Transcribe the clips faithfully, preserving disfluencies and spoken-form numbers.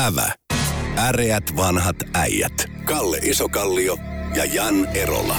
Ävä. Äreät vanhat äijät. Kalle Isokallio ja Jan Erola.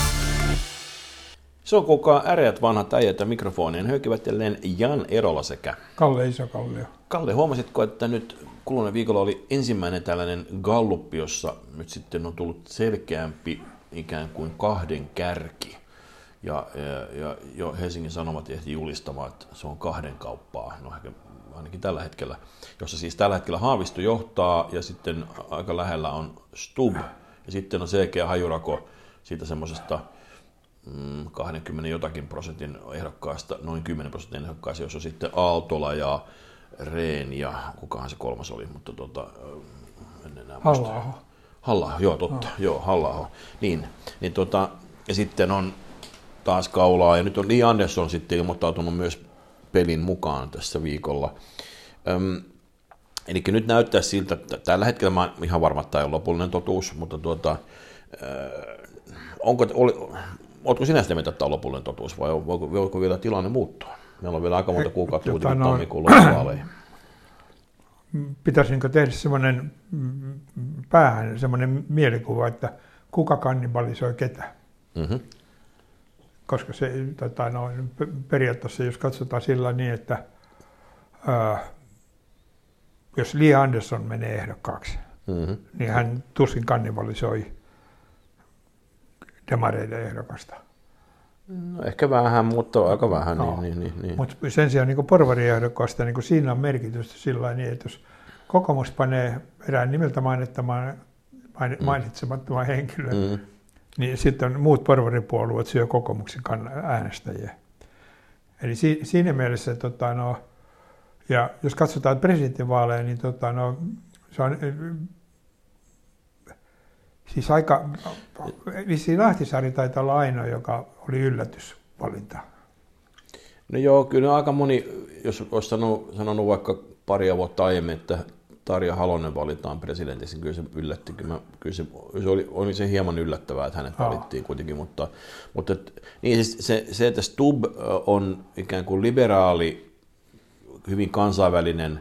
Se on kukaan äreät vanhat äijät ja mikrofonien höykivät jälleen Jan Erola sekä Kalle Isokallio. Kalle, huomasitko, että nyt kuluneen viikolla oli ensimmäinen tällainen gallup, jossa nyt sitten on tullut selkeämpi ikään kuin kahden kärki. Ja, ja, ja jo Helsingin Sanomat ehti julistamaan, että se on kahden kauppaa, no ainakin tällä hetkellä, jossa siis tällä hetkellä Haavisto johtaa ja sitten aika lähellä on Stubb ja sitten on selkeä hajurako siitä semmoisesta mm, kaksikymmentä jotakin prosentin ehdokkaasta, noin kymmenen prosentin ehdokkaasta, jossa on sitten Aaltola ja Rehn ja kukahan se kolmas oli, mutta tota, en enää muista. Halla-aho. Halla-aho, joo totta, no. joo Halla-aho. Niin, niin tota, ja sitten on taas kaulaa, ja nyt on Li Andersson sitten ilmoittautunut myös pelin mukaan tässä viikolla. Öm, eli nyt näyttää siltä, että tällä hetkellä mä oon ihan varma, että tämä on lopullinen totuus, mutta tuota, ö, onko, oli, ootko sinä sitä mieltä, että tämä on lopullinen totuus, vai voiko, voiko vielä tilanne muuttua? Meillä on vielä aika monta kuukautta kuitenkin no, tammikuun loppuvaaleihin. Pitäisinkö tehdä semmoinen päähän semmoinen mielikuva, että kuka kannibalisoi ketä? Mm-hmm. Koska se tota, no, periaatteessa, jos katsotaan sillä niin, että ää, jos Li Andersson menee ehdokkaaksi, mm-hmm. niin hän tuskin kannibalisoi demareiden ehdokasta. No, ehkä vähän, mutta aika vähän. No. Niin, niin, niin. Mutta sen sijaan niin porvariehdokkaasta niin siinä on merkitystä sillä niin, että jos kokoomus panee erään nimeltä mainittamaan, mainitsemattoman henkilön, mm. niin sitten muut porvaripuolueet syö kokoomuksen äänestäjiä. Eli si, siinä mielessä, tota, no, ja jos katsotaan presidentinvaaleja, niin tota, no, se on siis aika, vissiin Lahtisaari taitaa olla ainoa, joka oli yllätysvalinta. No joo, kyllä aika moni, jos olisi sanonut, sanonut vaikka paria vuotta aiemmin, että Tarja Halonen valitaan presidentiksi, kyllä se yllätti. Kyllä, mä, kyllä se, se oli, oli se hieman yllättävää, että hänet valittiin kuitenkin, mutta, mutta niin siis se, se, että Stubb on ikään kuin liberaali, hyvin kansainvälinen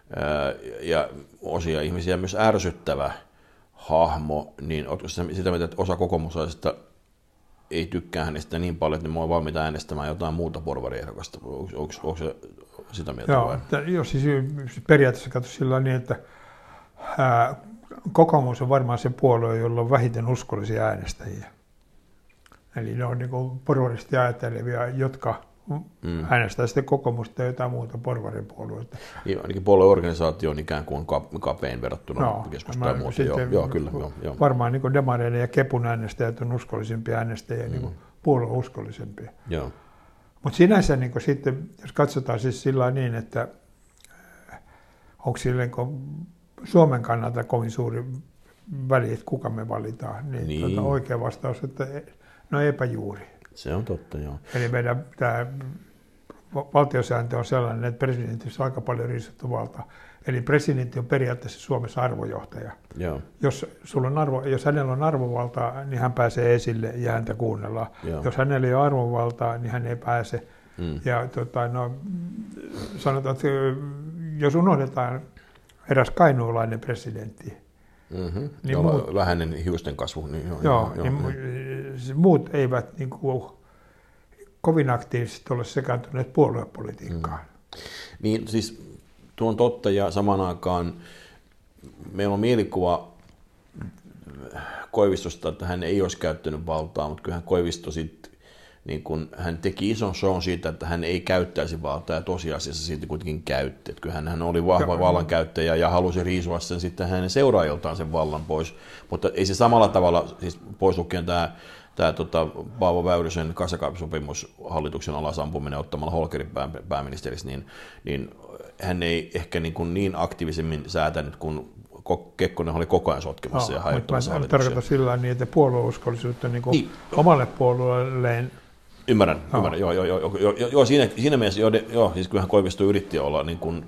ja osia ihmisiä myös ärsyttävä hahmo, niin oletko sitä mieltä, että osa kokoomuslaisista ei tykkää hänestä niin paljon, että ne on valmiita äänestämään jotain muuta porvariehdokasta? Onko, onko, onko se sitä mieltä? Joo, vai? Jos siis periaatteessa katso sillä niin, että ää, kokoomus on varmaan se puolue, jolla on vähiten uskollisia äänestäjiä. Eli ne on niin kuin porvaristi ajattelevia, jotka mm. äänestää sitten kokoomusta ja jotain muuta porvaripuolueita. Niin, ainakin puolueorganisaatio on ikään kuin kapein verrattuna no, keskustaan ja muuta. Joo, joo, kyllä, joo, joo. Varmaan niin demareiden ja Kepun äänestäjät on uskollisimpia äänestäjiä, mm. niin puolueuskollisempia. Joo. Mutta sinänsä niin sitten, jos katsotaan siis sillä niin, että onko sillä Suomen kannalta kovin suuri väli, että kuka me valitaan, niin, niin. Tuota, oikea vastaus, että no epäjuuri. Se on totta, joo. Eli meidän tämä valtiosääntö on sellainen, että presidentissä on aika paljon riisuttu valtaa. Eli presidentti on periaatteessa Suomessa arvojohtaja. Joo. Jos, sulla on arvo, jos hänellä on arvovaltaa, niin hän pääsee esille ja häntä kuunnellaan. Joo. Jos hänellä ei ole arvovaltaa, niin hän ei pääse. Mm. Ja tota, no, sanotaan, että jos unohdetaan eräs kainuulainen presidentti, mm-hmm. niin muut, vähäinen hiusten kasvu. Niin, joo, joo, joo, niin joo. Muut eivät niin kuin, kovin aktiivisesti ole sekaantuneet puoluepolitiikkaan. Mm. Niin siis tuo on totta ja samaan aikaan meillä on mielikuva Koivistosta, että hän ei olisi käyttänyt valtaa, mutta kyllähän Koivisto sitten niin kun hän teki ison shown siitä, että hän ei käyttäisi valtaa ja tosiasiassa siitä kuitenkin käytti. Että kyllähän hän oli vahva ja, vallankäyttäjä ja halusi riisua sen sitten hänen seuraajiltaan sen vallan pois, mutta ei se samalla tavalla, siis pois lukien tämä Tämä tota, Paavo Väyrysen Kassakaappisopimus hallituksen alasampuminen ottamalla Holkerin pää, pääministeriksi, niin, niin hän ei ehkä niin, kuin niin aktiivisemmin säätänyt, kun Kekkonen oli koko ajan sotkemassa no, ja hajottamassa hallituksia. Tarkoitan sillä niin, että puolueuskollisuutta niin niin. omalle puolueelleen. Ymmärrän, no. ymmärrän. Joo, joo, joo, joo, joo, siinä, siinä mielessä, joo, joo, siis kyllähän Koivisto yritti olla niin kuin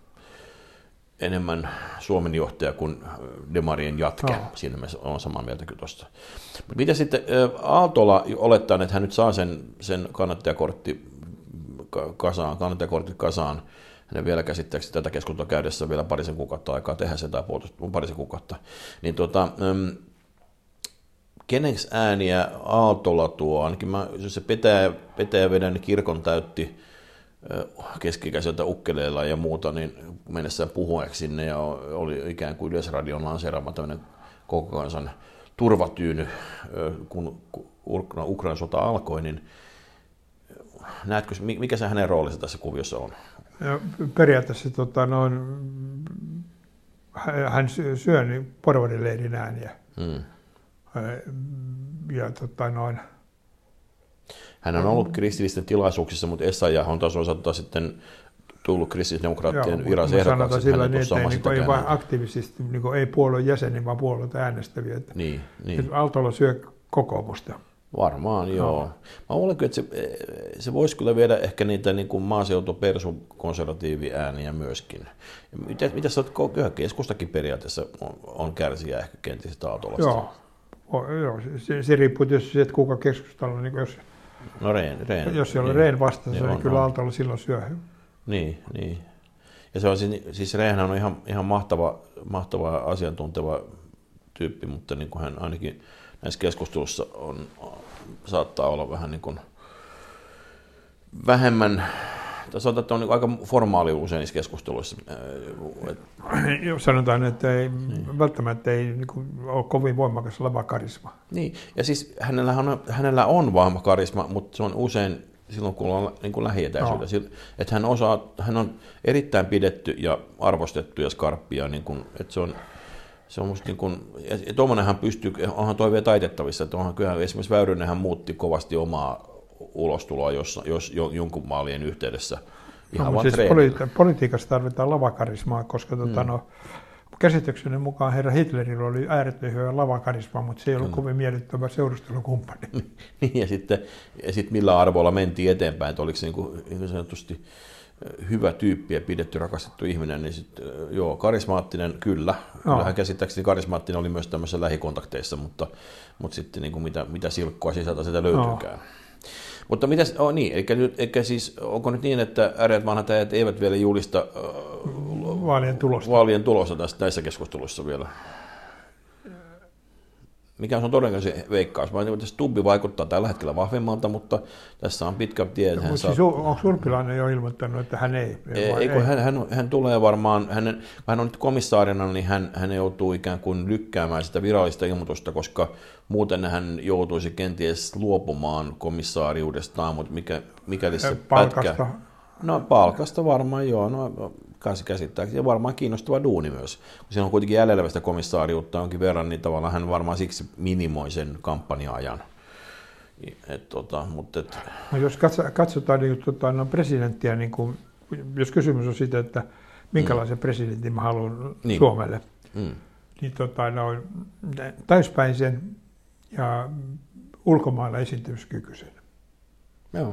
enemmän Suomen johtaja kuin demarien jatke. No. Siinä mielessä on samaa mieltä kyllä tuosta. Mitä sitten Aaltola olettaa, että hän nyt saa sen, sen kannattajakortti kasaan, kannattajakortit kasaan hänen vielä käsittääkseni tätä keskustelua käydessä vielä parisen kuukautta aikaa tehdä se tai parisen kuukautta. Niin tuota, keneks ääniä Aaltola tuo? Ainakin mä, jos se Petäjä, Petäjäveden kirkon täytti keski-ikäiseltä ukkeleilla ja muuta, niin mennessään puhueeksi sinne ja oli ikään kuin Yleisradion lanseeraama tämmöinen koko kansan turvatyyny, kun Ukrainan sota alkoi, niin näetkö, mikä se hänen roolinsa tässä kuviossa on? Ja periaatteessa tota, noin, hän syö niin porvarileirin ääniä. Hmm. Ja, tota, noin, hän on ollut kristillisten tilaisuuksissa, mutta Essayah on taas osalta sitten tullut kristillisdemokraattien virallisehdokkaaksi. Sillä niin, että ei, niin ei vain aktiivisesti, niin ei puolueen jäseni, vaan puolueita äänestäviä. Niin, niin. Aaltola syö kokoomusta. Varmaan, joo. No. Mä luulen, että se, se voisi kyllä viedä ehkä niitä niin kuin maaseutu-persu-konservatiiviääniä myöskin. Mitä, mitä sä oot, kyllä keskustakin periaatteessa on, on kärsiä ehkä kenties Aaltolasta? Joo, o, joo. Se, se riippuu tietysti siitä, että kuka keskustalla, niin jos, no Rehn, Rehn, jos se on niin, Rehn vastaansa, niin, niin kyllä Aaltola silloin syö. Niin, niin. Ja se on siis Rehn on ihan, ihan mahtava, mahtava asiantunteva tyyppi, mutta niin kuin hän ainakin näissä keskustelussa on, saattaa olla vähän niin kuin vähemmän, tai sanotaan, että on niin aika formaali usein niissä keskusteluissa. Sanotaan, että ei, niin. välttämättä ei niin kuin, ole kovin voimakas lavakarisma. Niin, ja siis hänellä on, hänellä on vahva karisma, mutta se on usein silloin, kun on niin kuin lähietäisyyttä. No. Että hän, osaa, hän on erittäin pidetty ja arvostettu ja skarppia, niin kuin, että se on Se on musta niin kuin, ja tuommoinenhan pystyy, onhan toi vielä taitettavissa, että onhan kyllä esimerkiksi Väyrynenhän muutti kovasti omaa ulostuloa, jos, jos jonkun maalien yhteydessä ihan no, vaan siis politi- politiikassa tarvitaan lavakarismaa, koska mm. tota, no, käsitykseni mukaan herra Hitlerillä oli äärettömän hyvä lavakarisma, mutta se ei ollut mm. kovin miellyttävä seurustelukumppani. Niin, ja sitten ja sitten millä arvoilla mentiin eteenpäin, että oliko se niin kuin, niin sanotusti hyvä tyyppi ja pidetty, rakastettu ihminen, niin sitten joo, karismaattinen, kyllä. No. Kyllähän käsittääkseni karismaattinen oli myös tämmöisissä lähikontakteissa, mutta, mutta sitten niin kuin mitä, mitä silkkoa sisältä sitä löytyykään. No. Mutta mitäs, oh, niin, eikä, eikä siis, onko nyt niin, että äreät vanhat äijät eivät vielä julista äh, vaalien tulosta, vaalien tulosta tästä, näissä keskusteluissa vielä? Mikä on todennäköisesti veikkaus? Mä tiedän, että Stubbi vaikuttaa tällä hetkellä vahvemmalta, mutta tässä on pitkä tie. No, hän saa... siis onko Urpilainen jo ilmoittanut, että hän ei? Ei, ei, ei? Hän, hän, hän tulee varmaan, hänen, kun hän on nyt komissaarina, niin hän, hän joutuu ikään kuin lykkäämään sitä virallista ilmoitusta, koska muuten hän joutuisi kenties luopumaan komissaariudestaan, mutta mikä, mikäli se palkasta. Pätkä... No palkasta varmaan joo, no käsittääkseni, ja varmaan kiinnostava duuni myös. Kun siinä on kuitenkin jäljellä sitä komissaariutta jonkin verran, niin tavallaan hän varmaan siksi minimoi sen kampanja-ajan. Et, tota, mutta et... no, jos katsotaan niin, tota, no, presidenttiä, niin kun, jos kysymys on siitä, että minkälaisen mm. presidentin mä haluan niin. Suomelle, mm. niin tota, no, täyspäisen ja ulkomailla esiintymiskykyisen. Joo.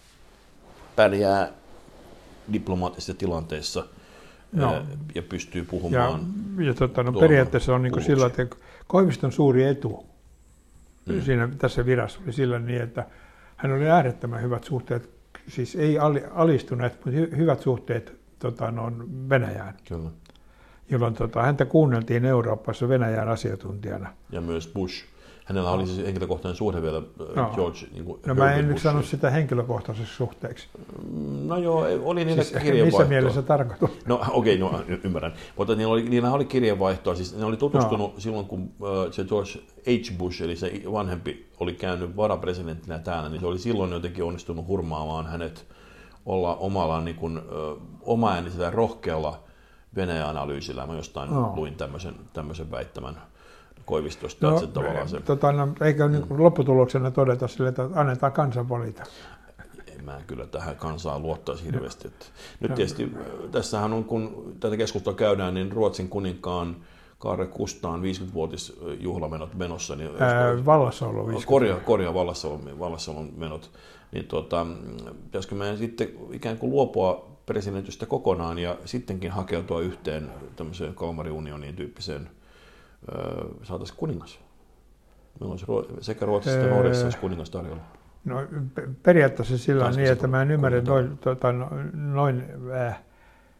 Pärjää diplomaattisissa tilanteissa no. ja pystyy puhumaan. Ja, ja tota, no, periaatteessa on niin sillä, että Koiviston suuri etu mm. siinä, tässä virassa oli sillä niin, että hän oli äärettömän hyvät suhteet, siis ei alistuneet, mutta hy, hyvät suhteet tota, no, Venäjään. Kyllä. Jolloin tota, häntä kuunneltiin Euroopassa Venäjän asiantuntijana. Ja myös Bush. Hänellä oli siis henkilökohtainen suhde vielä no. George. Niin kuin no mä en nyt sano sitä henkilökohtaiseksi suhteeksi. No joo, oli niillä siis kirjeenvaihtoa. Missä mielessä tarkoitus? No okei, okay, no ymmärrän. Mutta niillä oli, niillä oli kirjeenvaihtoa. Siis ne oli tutustunut no. silloin, kun uh, se George H. Bush, eli se vanhempi, oli käynyt varapresidenttinä täällä, niin se oli silloin jotenkin onnistunut hurmaamaan hänet olla omalla niin kuin, uh, omaäänisellä rohkealla Venäjä-analyysillä. Mä jostain no. luin tämmöisen, tämmöisen väittämän Koivistosta. No, se tavallaan se... tota, no, eikä mm. niin lopputuloksena todeta sille, että annetaan kansan valita? En mä kyllä tähän kansaan luottaisi hirveästi. Että nyt tietysti tässähän on, kun tätä keskustelua käydään, niin Ruotsin kuninkaan Kaare Kustaan viisikymmenvuotisjuhlamenot menossa. Niin Ää, vallassaolo Korjaa, korjaa vallassaolon, vallassaolon menot. Niin tuota, pitäisikö meidän sitten ikään kuin luopua presidentistä kokonaan ja sittenkin hakeutua yhteen tämmöiseen Kalmari-unioniin tyyppiseen saataisiin kuningas. Meillä olisi sekä Ruotsissa että Norjassa olisi kuningas tarjolla. No periaatteessa sillä on niin, että mä en ymmärrä noin, tota, noin äh,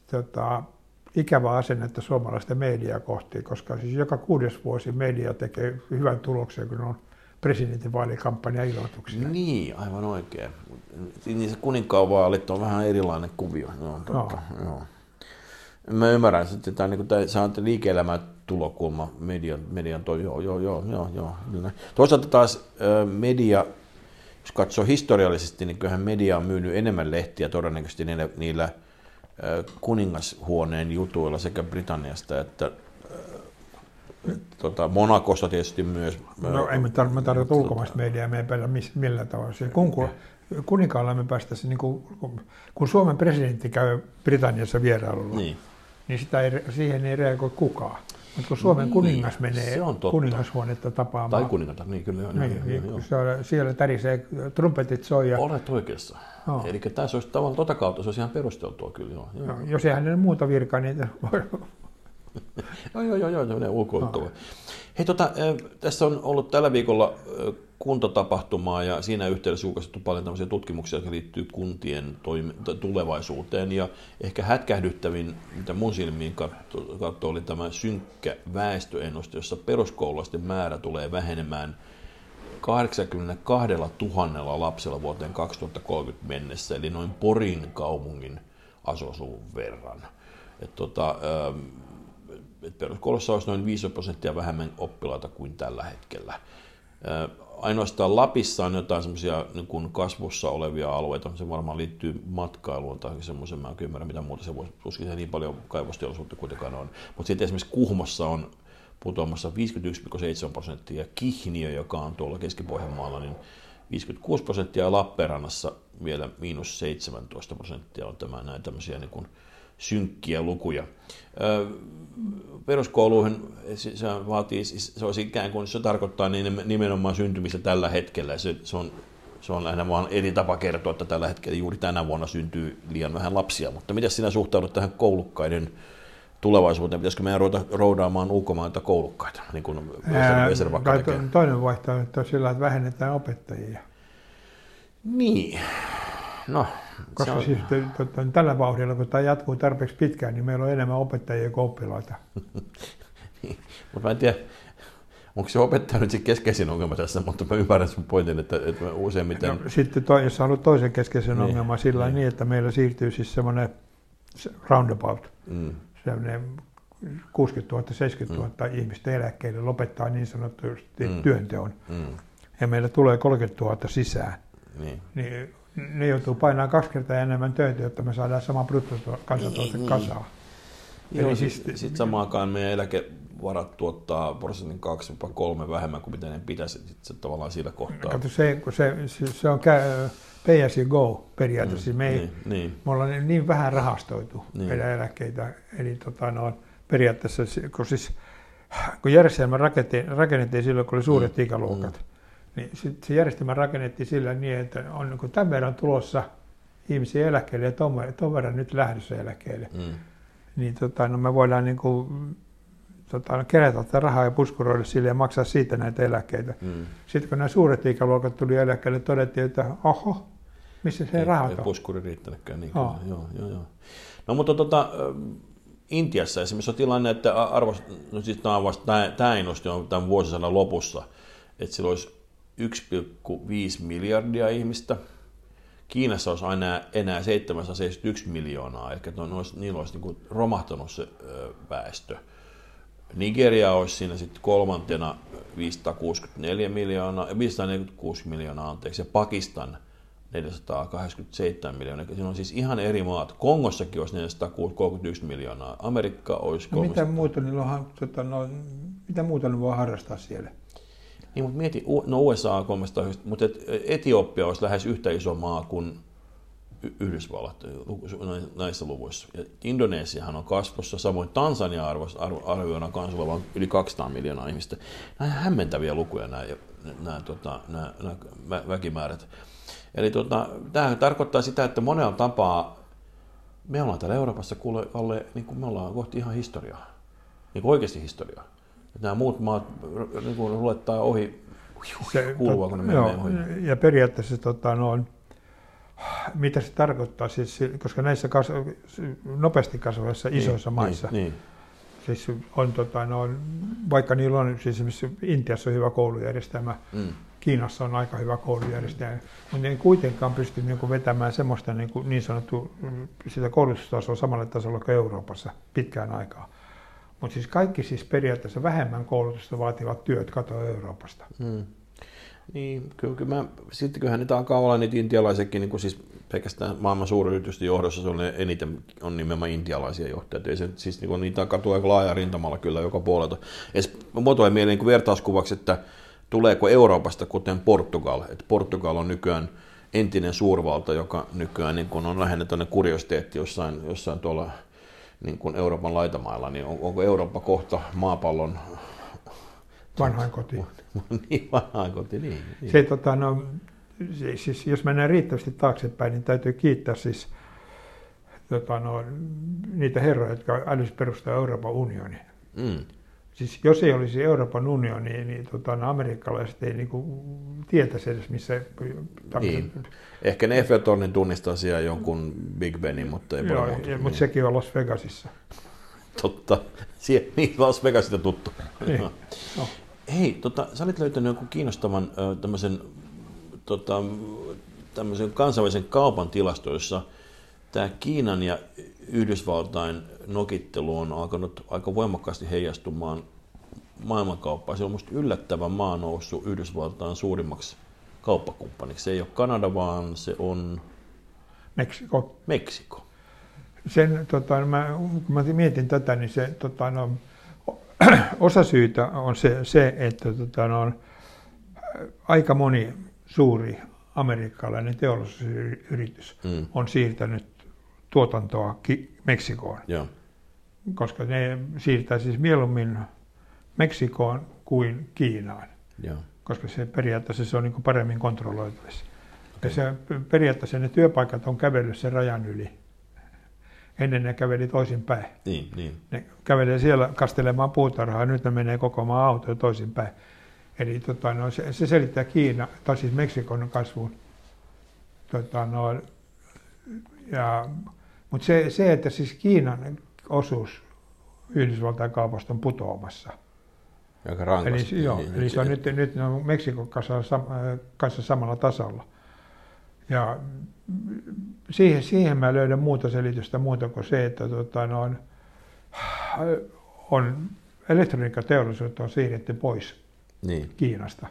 tota, ikävää asennetta suomalaista mediaa kohti, koska siis joka kuudes vuosi media tekee hyvän tuloksen, kun on presidentinvaalikampanja-ilmoituksia. Niin, aivan oikein. Niin se kuninkaan vaalit on vähän erilainen kuvio. Joo, totta. No. Joo. Mä ymmärrän, että tämä, niin tämä, tämä on liike-elämän tulokulma median, median toi, joo, joo, joo, joo, joo. Toisaalta taas media, jos katsoo historiallisesti, niin kyllähän media on myynyt enemmän lehtiä todennäköisesti niillä, niillä kuningashuoneen jutuilla sekä Britanniasta että Tota, Monacossa tietysti myös. No ei me tar- tarvitse ulkomaista mediaa, me ei päällä millään tavalla. Kun, kun kuninkaalla me päästäisiin, niin kun, kun Suomen presidentti käy Britanniassa vierailulla, niin, niin sitä ei, siihen ei reagoi kukaan. Mutta kun Suomen niin, kuningas menee kuningashuonetta tapaamaan. Tai kuningatar, niin kyllä. Joo, niin, joo, joo. Siellä, siellä tärisee, trumpetit soi. Ja... Olet oikeassa. No. Eli tässä olisi tavallaan tota kautta, se olisi ihan perusteltua kyllä. Joo, joo. No, jos ei hänellä muuta virkaa, niin... Joo, joo, joo, joo, semmoinen ulkoiltava. No. Hei, tota, tässä on ollut tällä viikolla kuntotapahtumaa ja siinä yhteydessä julkaistu paljon tämmöisiä tutkimuksia, jotka liittyy kuntien toim- tulevaisuuteen. Ja ehkä hätkähdyttävin, mitä mun silmiin katsoi, oli tämä synkkä väestöennuste, jossa peruskoululaisten määrä tulee vähenemään kahdeksankymmentäkaksituhatta lapsella vuoteen kaksituhattakolmekymmentä mennessä, eli noin Porin kaupungin asukasuvun verran. Et tota, että peruskoulussa olisi noin viisi prosenttia vähemmän oppilaita kuin tällä hetkellä. Ainoastaan Lapissa on jotain semmoisia niin kasvussa olevia alueita, se varmaan liittyy matkailuun tai semmoisen, mä en ymmärrä mitä muuta se voisi, tuskin se niin paljon kaivosteollisuutta kuitenkaan on. Mutta sitten esimerkiksi Kuhmossa on putoamassa viisikymmentäyksi pilkku seitsemän prosenttia, ja Kihniö, joka on tuolla Keski-Pohjanmaalla, niin viisikymmentäkuusi prosenttia, ja Lappeenrannassa vielä miinus seitsemäntoista prosenttia on tämä, näitä tämmöisiä niin kuin synkkiä lukuja. Peruskouluihin se vaatii, se olisi ikään kuin, se tarkoittaa nimenomaan syntymistä tällä hetkellä. Se, se on, se on lähinnä vaan eri tapa kertoa, että tällä hetkellä juuri tänä vuonna syntyy liian vähän lapsia. Mutta miten sinä suhtaudut tähän koulukkaiden tulevaisuuteen? Pitäisikö meidän ruveta roudaamaan ulkomailta koulukkaita, niin kuin Weservakka tekee? Toinen vaihtoehto on sillä, että vähennetään opettajia. Niin. No, koska on... siis to, tällä vauhdilla, kun tämä jatkuu tarpeeksi pitkään, niin meillä on enemmän opettajia kuin oppilaita. Niin, mutta mä en tiedä, onko se opettaja nyt se keskeisin ongelma tässä, mutta mä ymmärrän sun pointin, että, että useimmiten... No, sitten to, jos on ollut toisen keskeisen niin, ongelman sillä niin. niin, että meillä siirtyy siis semmoinen roundabout, mm. semmoinen kuusikymmentätuhatta seitsemänkymmentätuhatta mm. ihmistä eläkkeelle lopettaa niin sanotusti mm. työnteon. Mm. Ja meillä tulee kolmekymmentätuhatta sisään. Niin. niin ne joutuu painamaan kaksi kertaa enemmän töitä, jotta me saadaan sama bruttokansantuote niin, kasaan. Joo, siis, sitten sit samaakaan meidän eläkevarat tuottaa prosentin kaksi jopa kolme vähemmän kuin mitä ne pitäisi sit se tavallaan sillä kohtaa. Kato, se, se, se on pay as you go periaatteessa. Mm, me, ei, niin, niin. me ollaan niin vähän rahastoitu niin. meidän eläkkeitä. Eli tota, no, periaatteessa, kun, siis, kun järjestelmä rakennettiin, rakennettiin silloin, kun oli suuret mm, ikäluokat, mm. niin sit se järjestelmä rakennettiin sillä niin, että on niin tämän verran tulossa ihmisiä eläkkeelle ja ton verran nyt lähdössä eläkkeelle. Mm. Niin tota, no me voidaan niin kuin, tota, kerätä tätä rahaa ja puskuroida sille ja maksaa siitä näitä eläkkeitä. Mm. Sitten kun nämä suuret ikäluokat tuli eläkkeelle, todettiin, että oho, missä se raha on? Ei puskuri riittänytkään. Niin oh. joo, joo, joo. No mutta tota, Intiassa esimerkiksi on tilanne, että arvos, no siis tämä, tämä ennuste on tämän vuosisadan lopussa, että sillä olisi yksi pilkku viisi miljardia ihmistä. Kiinassa olisi aina enää seitsemänsataaseitsemänkymmentäyksi miljoonaa, eli olisi, niillä olisi niin kuin romahtanut se ö, väestö. Nigeria olisi siinä sitten kolmantena viisisataakuusikymmentäneljä miljoonaa, viisisataaneljäkymmentäkuusi miljoonaa, anteeksi, ja Pakistan neljäsataakahdeksankymmentäseitsemän miljoonaa. Siinä on siis ihan eri maat. Kongossakin olisi neljäsataakolmekymmentäyksi miljoonaa, Amerikka olisi no, mitä muuta niillä on, tota, no, mitä muuta ne voi harrastaa siellä? Niin, mutta mieti, no U S A on kolmesataayhdeksänkymmentä, mutta Etiopia olisi lähes yhtä iso maa kuin Yhdysvallat näissä luvuissa. Ja Indonesiahan on kasvussa, samoin Tansania arvioidaan kanssa olevan yli kaksisataa miljoonaa ihmistä. Nämä on hämmentäviä lukuja nämä, nämä, tota, nämä, nämä väkimäärät. Eli tota, tämä tarkoittaa sitä, että monella tapaa me ollaan täällä Euroopassa kuule, alle, niin kuin me ollaan kohti ihan historiaa, niin kuin oikeasti historiaa. Että nämä muut maat niin kuin rulettaa ohi, kuuluvaako ne menee ohi. Ja periaatteessa tota, no, mitä se tarkoittaa, siis, koska näissä kas, nopeasti kasvavissa isoissa niin, maissa, niin, niin. Siis on, tota, no, vaikka niillä on, siis esimerkiksi Intiassa on hyvä koulujärjestelmä, mm. Kiinassa on aika hyvä koulujärjestelmä, mutta ne ei kuitenkaan pysty niin kuin vetämään semmoista niin, kuin, niin sanottua sitä koulutustasoa samalle tasolla kuin Euroopassa pitkään aikaa. Mutta siis kaikki siis periaatteessa vähemmän koulutusta vaativat työt katoaa Euroopasta. Mm. Niin, kyllä, kyllä mä, sitten kyllähän niitä alkaa olla niitä intialaisiakin, niin kuin siis pelkästään maailman suurin yritysten johdossa se on eniten on nimenomaan intialaisia johtajia. Ei se, siis niin niitä alkaa tulla laaja rintamalla kyllä joka puolelta. Mä muotoin mieleen niin vertauskuvaksi, että tuleeko Euroopasta kuten Portugal. Että Portugal on nykyään entinen suurvalta, joka nykyään niin kuin on lähinnä tuonne kuriositeetti jossain, jossain tuolla niin kuin Euroopan laitamailla. Niin on, onko Eurooppa kohta maapallon vanhainkoti? Niin, vanhainkoti, niin. niin. Se, tota, no, siis, jos mennään riittävästi taaksepäin, niin täytyy kiittää siis, tota, no, niitä herroja, jotka älysi perustaa Euroopan unionin. Mm. Siis jos ei olisi Euroopan unioni, niin, niin tota, no, amerikkalaiset ei niinku tietäisi edes, missä... Niin. Ehkä ne Eiffeltornin tunnistaa siellä jonkun Big Benin, mutta ei Joo, paljon muuta. Mutta niin. Sekin on Las Vegasissa. Totta. Sie- niin, Las Vegasista tuttu. Niin. No. Hei, tota, sä olit löytänyt jonkun kiinnostavan tämmöisen, tota, tämmöisen kansainvälisen kaupan tilasto, jossa tämä Kiinan ja Yhdysvaltain nokittelu on alkanut aika voimakkaasti heijastumaan maailmankauppaan. Se on musta yllättävä maa noussut Yhdysvaltain suurimmaksi kauppakumppaniksi. Se ei ole Kanada, vaan se on Meksiko. Meksiko. Sen, tota, mä, kun mä mietin tätä, niin se, tota, no, osa syytä on se, se että tota, no, aika moni suuri amerikkalainen teollisuusyritys mm. on siirtänyt tuotantoa Ki- Meksikoon, Joo. Koska ne siirtää siis mieluummin Meksikoon kuin Kiinaan, Joo. koska se periaatteessa se on niin kuin paremmin kontrolloitavissa. Okay. Ja se, periaatteessa ne työpaikat on kävellyt sen rajan yli. Ennen ne käveli toisinpäin. Niin, niin. Ne kävelee siellä kastelemaan puutarhaa, nyt ne menee koko maan autoja toisinpäin. Eli tota, no, se, se selittää Kiina, tai siis Meksikon kasvun. Tota, no, ja, mutta se, se, että siis Kiinan osuus Yhdysvaltain kaupasta on putoamassa. Aika rankasti. Eli, joo, niin, eli se on nyt, nyt no, Meksikon kanssa, kanssa samalla tasolla. Ja siihen, siihen mä löydän muuta selitystä muuta kuin se, että tota, no, on, on elektroniikkateollisuutta on siirretty pois niin. Kiinasta.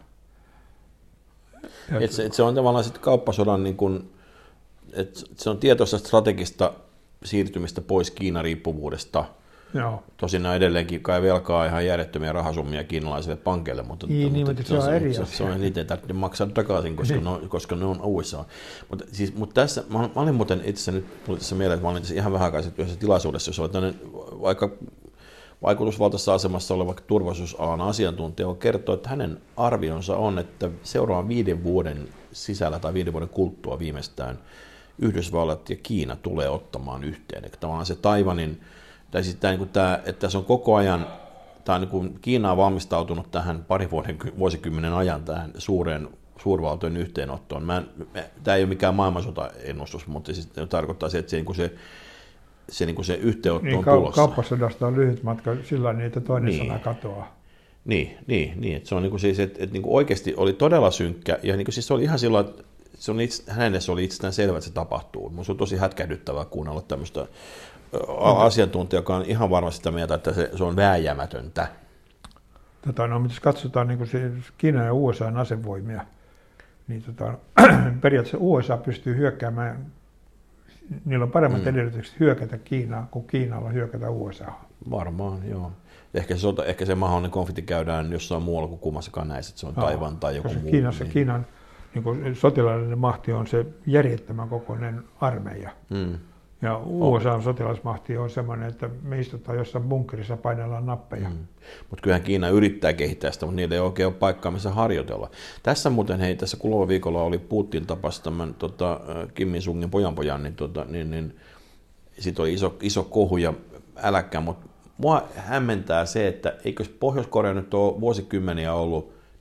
Et se, et se on tavallaan sitten kauppasodan, niin kun, et se on tietoista strategista siirtymistä pois Kiinan riippuvuudesta. Joo. Tosin nämä edelleenkin kai velkaa ihan järjettömiä rahasummia kiinalaisille pankeille, mutta, niin, mutta, mutta se, se on eri asia. Se on niitä ei tarvitse maksaa takaisin, koska, niin. ne, koska ne on U S A. Mutta, siis, mutta tässä, mä, mä olin muuten itse nyt tuli tässä mieleen, että mä olin tässä ihan vähän aikaa yhdessä tilaisuudessa, jossa oli tämmöinen vaikka vaikutusvaltaisessa asemassa oleva turvallisuusalan asiantuntija kertoo, että hänen arvionsa on, että seuraavan viiden vuoden sisällä tai viiden vuoden kuluttua viimeistään Yhdysvallat ja Kiina tulee ottamaan yhteen. Eli tavallaan se Taiwanin Tai siis tämä, niin tämä, että tässä on koko ajan, tämä niin kuin Kiina on valmistautunut tähän parin vuoden, vuosikymmenen ajan tähän suureen suurvaltojen yhteenottoon. Mä en, tämä ei ole mikään maailmansotaennustus, mutta siis tarkoittaa se, että se, niin kuin se, se, niin kuin se yhteenotto niin, on ka- tulossa. Kauppasodasta on lyhyt matka sillä niin, että toinen niin. sana katoaa. Niin, niin, niin että se on niin kuin siis, että, että niin kuin oikeasti oli todella synkkä, ja niin kuin siis se oli ihan silloin, että se on itse, hänelle se oli itsestään selvä, että se tapahtuu. Minusta on tosi hätkähdyttävää kuunnella tämmöistä asiantuntija, joka on ihan varmasti sitä mieltä, että se, se on vääjäämätöntä. Tota, no, jos katsotaan niin se Kiinan ja U S A:n asevoimia, niin tota, periaatteessa U S A pystyy hyökkäämään, niillä on paremmat mm. edellytykset hyökätä Kiinaa kuin Kiinalla hyökätä U S A. Varmaan, joo. Ehkä se, sota, ehkä se mahdollinen konflikti käydään jossain muualla kuin kummassakaan näissä, että se on no, Taiwan tai joku muu. Kiinassa, niin. Kiinan niin kuin sotilaallinen mahti on se järjettömän kokoinen armeija. Mm. Ja U S A:n sotilasmahti on sellainen, että me istutaan jossain bunkkerissa, painellaan nappeja. Mm. Mutta kyllähän Kiina yrittää kehittää sitä, mutta niillä ei oikein ole paikkaa, missä harjoitella. Tässä muuten, hei, tässä kuluvalla viikolla oli Putin tapas tämän tota, Kim Il-sungin pojanpojan, niin, tota, niin, niin siitä oli iso, iso kohu ja äläkkä, mutta mua hämmentää se, että eikös Pohjois-Korea nyt ole vuosikymmeniä ollut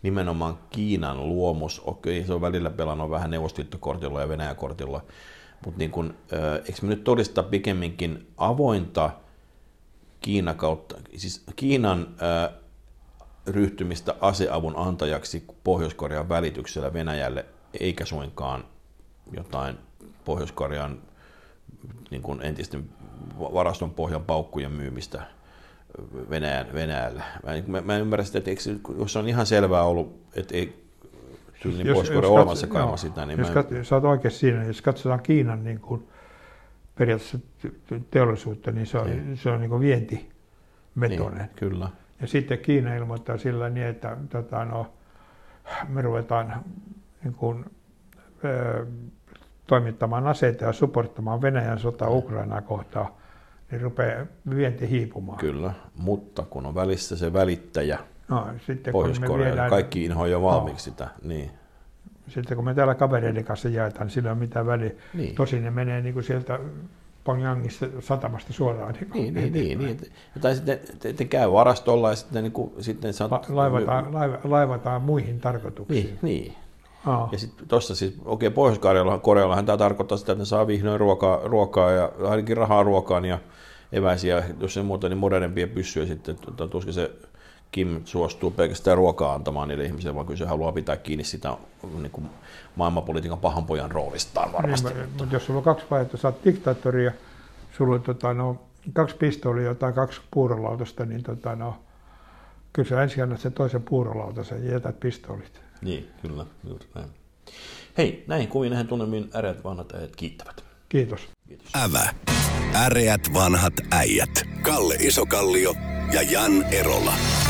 nimenomaan Kiinan luomus. Okei, se on välillä pelannut vähän Neuvostoliittokortilla ja Venäjäkortilla, mutta niin kun, eikö me nyt todista pikemminkin avointa Kiina kautta, siis Kiinan ää, ryhtymistä aseavun antajaksi Pohjois-Korean välityksellä Venäjälle, eikä suinkaan jotain Pohjois-Korean niin kuin entisten varaston pohjan paukkujen myymistä Venäjän, Venäjälle. Mä, mä en ymmärrä sitä, että eikö, jos on ihan selvää ollut, että ei niin Pohjois-Korea olemassakaan ilman sitä. Niin jos mä... kat, sä oot oikein siinä, jos katsotaan Kiinan niin kuin periaatteessa teollisuutta, niin se on, niin. Se on niin kuin vientivetoinen. Niin, kyllä. Ja sitten Kiina ilmoittaa sillä niin, että tota, no, me ruvetaan niin kuin, ö, toimittamaan aseita ja supporttamaan Venäjän sota Ukrainaa kohtaan, niin rupeaa vienti hiipumaan. Kyllä, mutta kun on välissä se välittäjä, no, sitten Pohjois-Korea, viedään, kaikki inhoa jo valmiiksi no, sitä. Niin. Sitten kun me täällä kavereiden kanssa jaetaan, niin sillä ei ole mitään väliä. Niin. Tosin ne menee niin kuin sieltä Pyongyangista satamasta suoraan. Niin, niin, niin, niin. Tai sitten te, te käy varastolla ja sitten, niin kuin, sitten saat... La, laivataan, laiva, laivataan muihin tarkoituksiin. Niin, niin. Oh. Ja sitten tuossa siis, okei, Pohjois-Koreallahan tämä tarkoittaa sitä, että ne saa vihdoin ruokaa, ruokaa ja ainakin rahaa ruokaan ja eväisiä, jos ei muuta, niin modernempia pyssyjä sitten, tuskin se Kim suostuu pelkästään ruokaa antamaan niille ihmisille, vaan kyllä se haluaa pitää kiinni sitä niin kuin maailmanpolitiikan pahanpojan roolistaan varmasti. Niin, mutta jos sulla on kaksi vaihtoehtoa, sä oot diktaattori ja sulla on tota, no, kaksi pistoolia tai kaksi puurolautasta, niin tota, no, kyllä sä ensin annat sen toisen puurolautasen ja jätät pistoolit. Niin, kyllä, juuri näin. Hei, näin kuvin näihin tunnelmiin äreät vanhat äijät kiittävät. Kiitos. Kiitos. Ävä. Äreät vanhat äijät. Kalle Isokallio ja Jan Erola.